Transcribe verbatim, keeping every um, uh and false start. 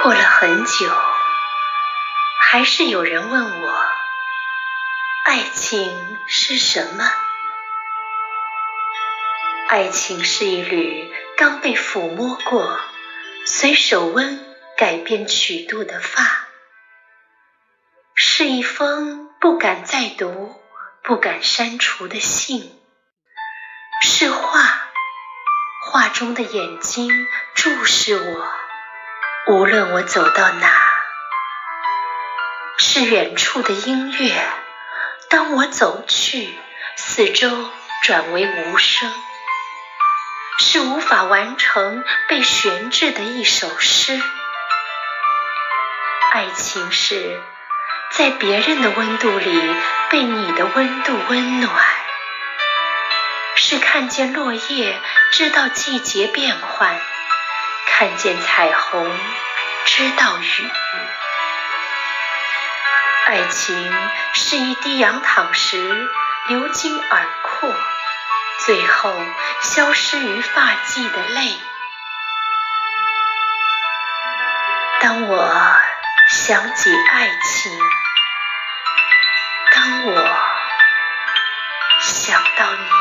过了很久，还是有人问我，爱情是什么？爱情是一缕刚被抚摸过，随手温改变曲度的发，是一封不敢再读、不敢删除的信，是画，画中的眼睛注视我，无论我走到哪，是远处的音乐，当我走去，四周转为无声，是无法完成被悬置的一首诗。爱情是在别人的温度里被你的温度温暖，是看见落叶知道季节变换，看见彩虹知道雨。爱情是一滴仰躺时流经耳廓，最后消失于发髻的泪。当我想起爱情，当我想到你。